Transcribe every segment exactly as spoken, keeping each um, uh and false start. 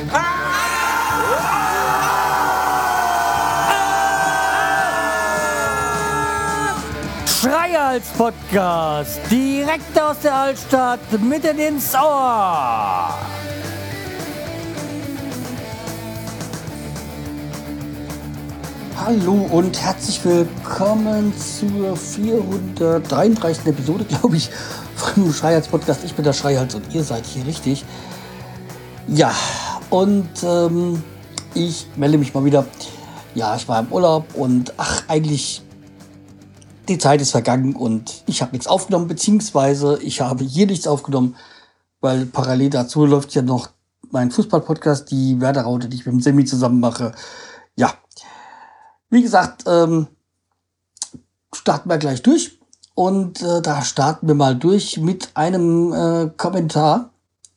Schreihals Podcast, direkt aus der Altstadt, mitten ins Ohr. Hallo und herzlich willkommen zur vierhundertdreiunddreißigsten Episode, glaube ich, vom Schreihals Podcast. Ich bin der Schreihals und ihr seid hier richtig. Ja, und ähm, ich melde mich mal wieder. Ja, ich war im Urlaub und ach, eigentlich... Die Zeit ist vergangen und ich habe nichts aufgenommen, beziehungsweise ich habe hier nichts aufgenommen, weil parallel dazu läuft ja noch mein Fußball-Podcast, die Werder-Raute, die ich mit dem Semi zusammen mache. Ja, wie gesagt, ähm, starten wir gleich durch und äh, da starten wir mal durch mit einem äh, Kommentar,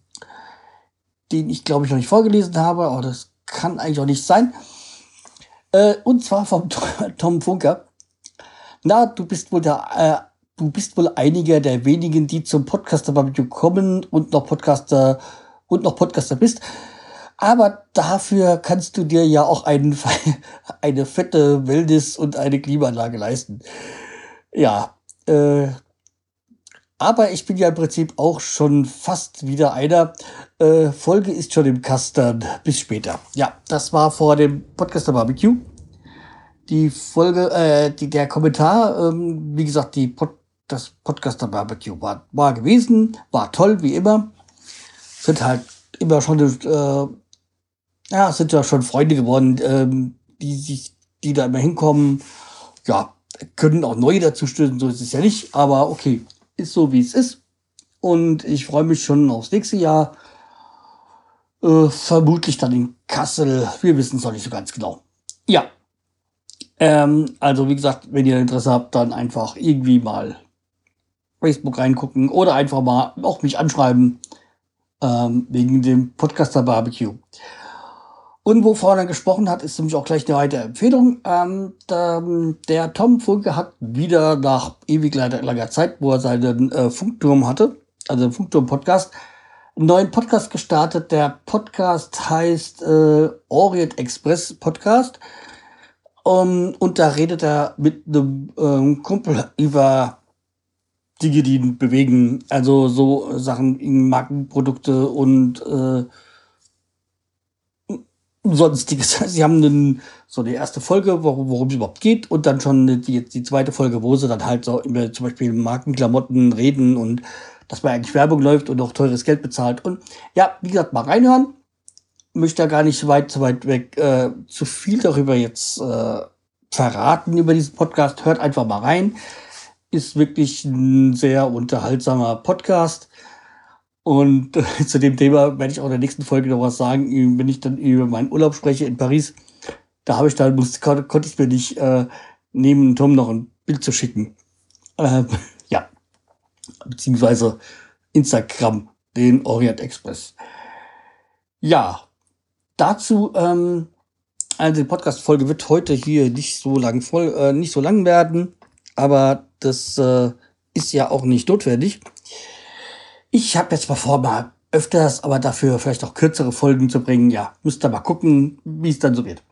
den ich glaube ich noch nicht vorgelesen habe, aber das kann eigentlich auch nicht sein. Äh, und zwar vom Tom Funker. Na, du bist wohl der, äh, du bist wohl einiger der wenigen, die zum Podcaster-Barbecue kommen und noch Podcaster und noch Podcaster bist. Aber dafür kannst du dir ja auch einen, eine fette Wellness- und eine Klimaanlage leisten. Ja, äh, aber ich bin ja im Prinzip auch schon fast wieder einer. Äh, Folge ist schon im Kasten. Bis später. Ja, das war vor dem Podcaster-Barbecue. Die Folge, äh, die, der Kommentar, ähm, wie gesagt, die Pod, das Podcaster-Barbecue war, war gewesen, war toll, wie immer. Sind halt immer schon, äh, ja, sind ja schon Freunde geworden, ähm, die sich, die da immer hinkommen. Ja, können auch neue dazu stößen, so ist es ja nicht, aber okay, ist so, wie es ist. Und ich freue mich schon aufs nächste Jahr. Äh, vermutlich dann in Kassel, wir wissen es noch nicht so ganz genau. Ja. Ähm, also wie gesagt, wenn ihr Interesse habt, dann einfach irgendwie mal Facebook reingucken oder einfach mal auch mich anschreiben ähm, wegen dem Podcaster Barbecue. Und wo vorne gesprochen hat, ist nämlich auch gleich eine weitere Empfehlung. Ähm, der, der Tom Funke hat wieder nach ewig langer Zeit, wo er seinen äh, Funkturm hatte, also den Funkturm-Podcast, einen neuen Podcast gestartet. Der Podcast heißt äh, Orient Express Podcast. Um, und da redet er mit einem ähm, Kumpel über Dinge, die ihn bewegen. Also so Sachen in Markenprodukte und äh, sonstiges. Sie haben einen, so die erste Folge, worum, worum es überhaupt geht, und dann schon die, die zweite Folge, wo sie dann halt so über zum Beispiel Markenklamotten reden und dass man eigentlich Werbung läuft und auch teures Geld bezahlt. Und ja, wie gesagt, mal reinhören. Möchte da gar nicht weit, zu weit weg äh, zu viel darüber jetzt äh, verraten über diesen Podcast. Hört einfach mal rein. Ist wirklich ein sehr unterhaltsamer Podcast. Und äh, zu dem Thema werde ich auch in der nächsten Folge noch was sagen, wenn ich dann über meinen Urlaub spreche in Paris. Da habe ich dann, musste, konnte, konnte ich mir nicht äh, neben Tom noch ein Bild zu schicken. Äh, ja. Beziehungsweise Instagram, den Orient Express. Ja. Dazu, ähm, also die Podcast-Folge wird heute hier nicht so lang voll, äh, nicht so lang werden, aber das äh, ist ja auch nicht notwendig. Ich habe jetzt mal vor, mal öfters, aber dafür vielleicht auch kürzere Folgen zu bringen. Ja, müsst ihr mal gucken, wie es dann so wird.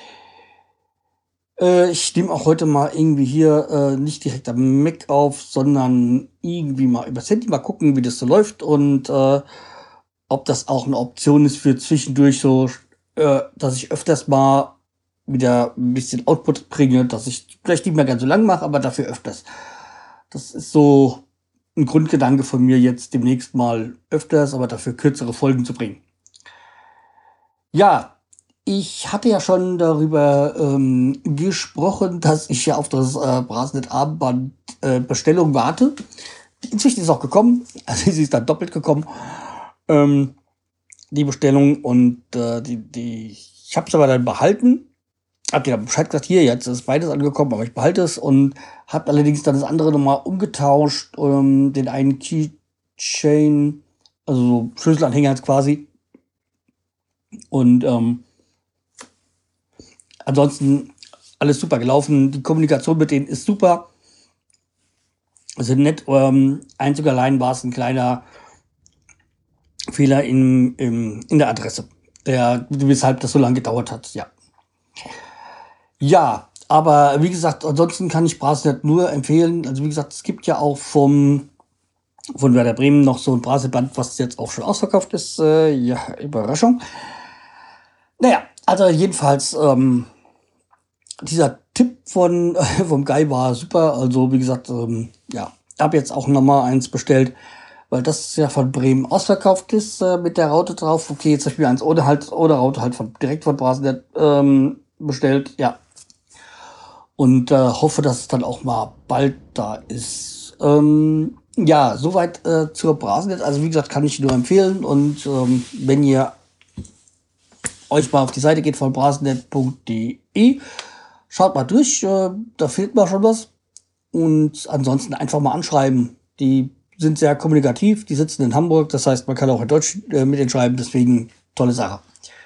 Äh, ich nehme auch heute mal irgendwie hier äh, nicht direkt am Mac auf, sondern irgendwie mal übers Handy mal gucken, wie das so läuft und äh, ob das auch eine Option ist für zwischendurch so, äh, dass ich öfters mal wieder ein bisschen Output bringe, dass ich vielleicht nicht mehr ganz so lang mache, aber dafür öfters. Das ist so ein Grundgedanke von mir, jetzt demnächst mal öfters, aber dafür kürzere Folgen zu bringen. Ja, ich hatte ja schon darüber ähm, gesprochen, dass ich ja auf das äh, Brasnet-Armband äh, Bestellung warte. Inzwischen ist es auch gekommen, also sie ist dann doppelt gekommen. Ähm, die Bestellung und äh, die, die, ich habe es aber dann behalten. Hab dir Bescheid gesagt, hier, jetzt ist beides angekommen, aber ich behalte es und habe allerdings dann das andere nochmal umgetauscht, ähm, den einen Keychain, also so Schlüsselanhänger jetzt quasi. Und ähm, ansonsten alles super gelaufen. Die Kommunikation mit denen ist super. Sind nett. Ähm, einzig und allein war es ein kleiner Fehler in, in, in der Adresse. der, weshalb das so lange gedauert hat, ja. Ja, aber wie gesagt, ansonsten kann ich Brasnet nur empfehlen. Also wie gesagt, es gibt ja auch vom von Werder Bremen noch so ein Braseband, was jetzt auch schon ausverkauft ist. Äh, ja, Überraschung. Naja, also jedenfalls, ähm, dieser Tipp von vom Guy war super. Also wie gesagt, ähm, ja, habe jetzt auch nochmal eins bestellt, weil das ja von Bremen ausverkauft ist äh, mit der Raute drauf. Okay, jetzt habe ich mir eins ohne halt ohne Raute halt von, direkt von Brasnet ähm, bestellt. Ja, und äh, hoffe, dass es dann auch mal bald da ist. Ähm, ja, soweit äh, zur Brasnet. Also wie gesagt, kann ich nur empfehlen. Und ähm, wenn ihr euch mal auf die Seite geht von brasnet punkt de, schaut mal durch, äh, da fehlt mal schon was. Und ansonsten einfach mal anschreiben. Die sind sehr kommunikativ, die sitzen in Hamburg, das heißt, man kann auch in Deutsch äh, mit denen schreiben, deswegen tolle Sache.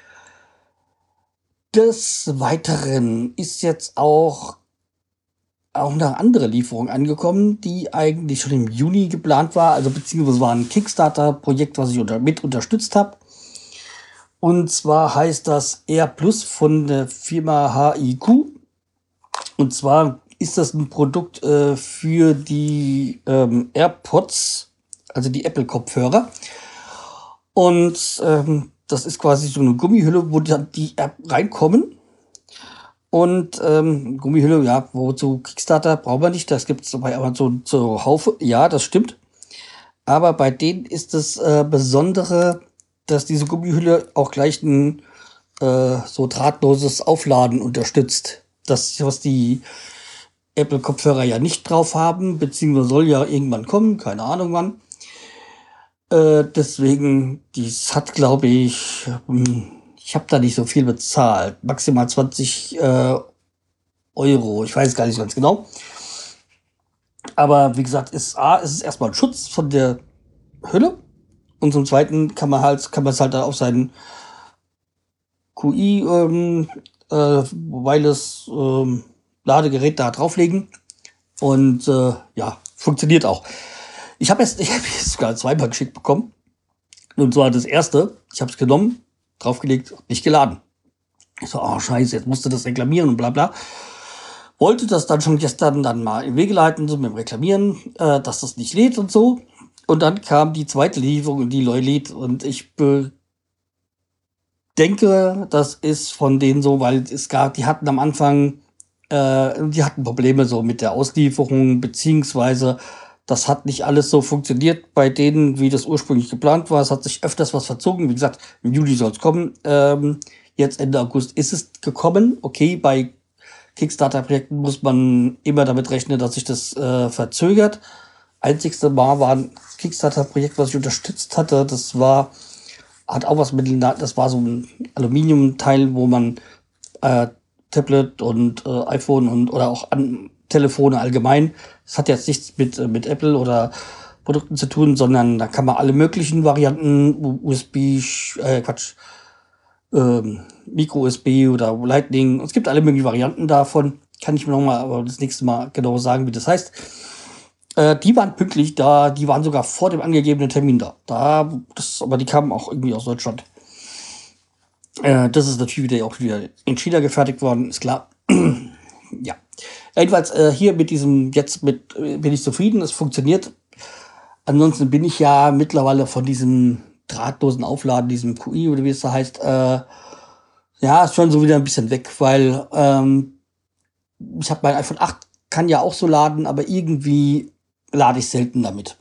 Des Weiteren ist jetzt auch auch eine andere Lieferung angekommen, die eigentlich schon im Juni geplant war, also beziehungsweise war ein Kickstarter-Projekt, was ich unter, mit unterstützt habe. Und zwar heißt das Air Plus von der Firma H I Q. Und zwar ist das ein Produkt äh, für die ähm, AirPods, also die Apple-Kopfhörer. Und ähm, das ist quasi so eine Gummihülle, wo dann die App reinkommen. Und ähm, Gummihülle, ja, wozu Kickstarter brauchen wir nicht. Das gibt es bei Amazon zur Haufe. Ja, das stimmt. Aber bei denen ist das äh, Besondere, dass diese Gummihülle auch gleich ein äh, so drahtloses Aufladen unterstützt. Das, was die Apple-Kopfhörer ja nicht drauf haben, beziehungsweise soll ja irgendwann kommen, keine Ahnung wann. Äh, deswegen, dies hat, glaube ich, hm, ich habe da nicht so viel bezahlt. Maximal zwanzig äh, Euro. Ich weiß gar nicht ganz genau. Aber wie gesagt, ist A, ist es erstmal ein Schutz von der Hülle. Und zum Zweiten kann man halt, kann man es halt auf sein Q I, ähm, äh, wireless ähm, Ladegerät da drauflegen. Und äh, ja, funktioniert auch. Ich habe es, ich habe es sogar zweimal geschickt bekommen. Und zwar das erste, ich habe es genommen, draufgelegt, nicht geladen. Ich so, oh scheiße, jetzt musste das reklamieren und bla bla. Wollte das dann schon gestern dann mal in Wege leiten, so mit dem Reklamieren, äh, dass das nicht lädt und so. Und dann kam die zweite Lieferung, die neu lädt. Und ich be denke, das ist von denen so, weil es gab, die hatten am Anfang, äh, die hatten Probleme so mit der Auslieferung, beziehungsweise das hat nicht alles so funktioniert bei denen, wie das ursprünglich geplant war. Es hat sich öfters was verzogen. Wie gesagt, im Juli soll es kommen. Ähm, jetzt Ende August ist es gekommen. Okay, bei Kickstarter-Projekten muss man immer damit rechnen, dass sich das äh, verzögert. Einzigste Mal war ein Kickstarter-Projekt, was ich unterstützt hatte. Das war, hat auch was mit, das war so ein Aluminiumteil, wo man äh, Tablet und äh, iPhone und oder auch an Telefone allgemein. Das hat jetzt nichts mit, äh, mit Apple oder Produkten zu tun, sondern da kann man alle möglichen Varianten, U S B, äh, Quatsch, ähm, Micro-U S B oder Lightning. Es gibt alle möglichen Varianten davon. Kann ich mir nochmal aber das nächste Mal genau sagen, wie das heißt. Äh, die waren pünktlich da, die waren sogar vor dem angegebenen Termin da. Da, das, aber die kamen auch irgendwie aus Deutschland. Äh, das ist natürlich wieder auch wieder in China gefertigt worden, ist klar. Ja. Jedenfalls äh, hier mit diesem, jetzt mit, äh, bin ich zufrieden, es funktioniert. Ansonsten bin ich ja mittlerweile von diesem drahtlosen Aufladen, diesem Q I oder wie es da heißt, äh, ja, ist schon so wieder ein bisschen weg, weil ähm, ich habe mein iPhone acht, kann ja auch so laden, aber irgendwie lade ich selten damit.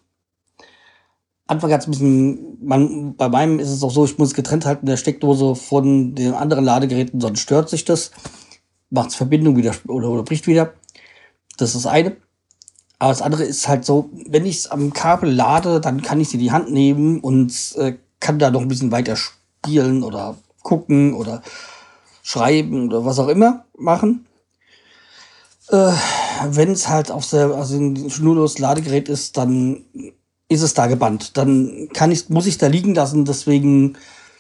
Anfang hat es ein bisschen, man, bei meinem ist es auch so, ich muss es getrennt halten, der Steckdose von den anderen Ladegeräten, sonst stört sich das. Macht's Verbindung wieder oder, oder bricht wieder. Das ist das eine. Aber das andere ist halt so, wenn ich es am Kabel lade, dann kann ich sie in die Hand nehmen und äh, kann da noch ein bisschen weiter spielen oder gucken oder schreiben oder was auch immer machen. Äh, wenn es halt auf der, also ein schnurloses Ladegerät ist, dann ist es da gebannt. Dann kann ich, muss ich da liegen lassen. Deswegen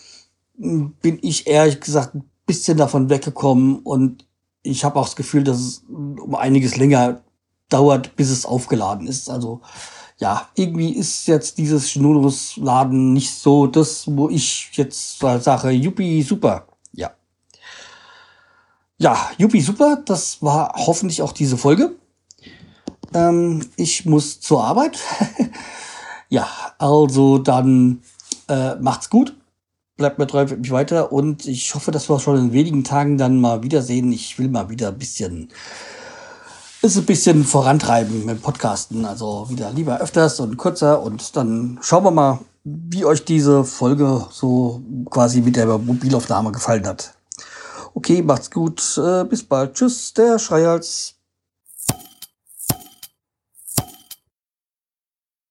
bin ich ehrlich gesagt ein bisschen davon weggekommen und ich habe auch das Gefühl, dass es um einiges länger dauert, bis es aufgeladen ist. Also ja, irgendwie ist jetzt dieses Schnurlusladen nicht so das, wo ich jetzt sage, Juppie, super. Ja. Ja, Juppie, super. Das war hoffentlich auch diese Folge. Ähm, ich muss zur Arbeit. Ja, also dann äh, macht's gut. Bleibt mir treu, empfehlt mich weiter. Und ich hoffe, dass wir schon in wenigen Tagen dann mal wiedersehen. Ich will mal wieder ein bisschen, ist ein bisschen vorantreiben mit Podcasten. Also wieder lieber öfters und kürzer. Und dann schauen wir mal, wie euch diese Folge so quasi mit der Mobilaufnahme gefallen hat. Okay, macht's gut. Äh, bis bald. Tschüss, der Schreihals.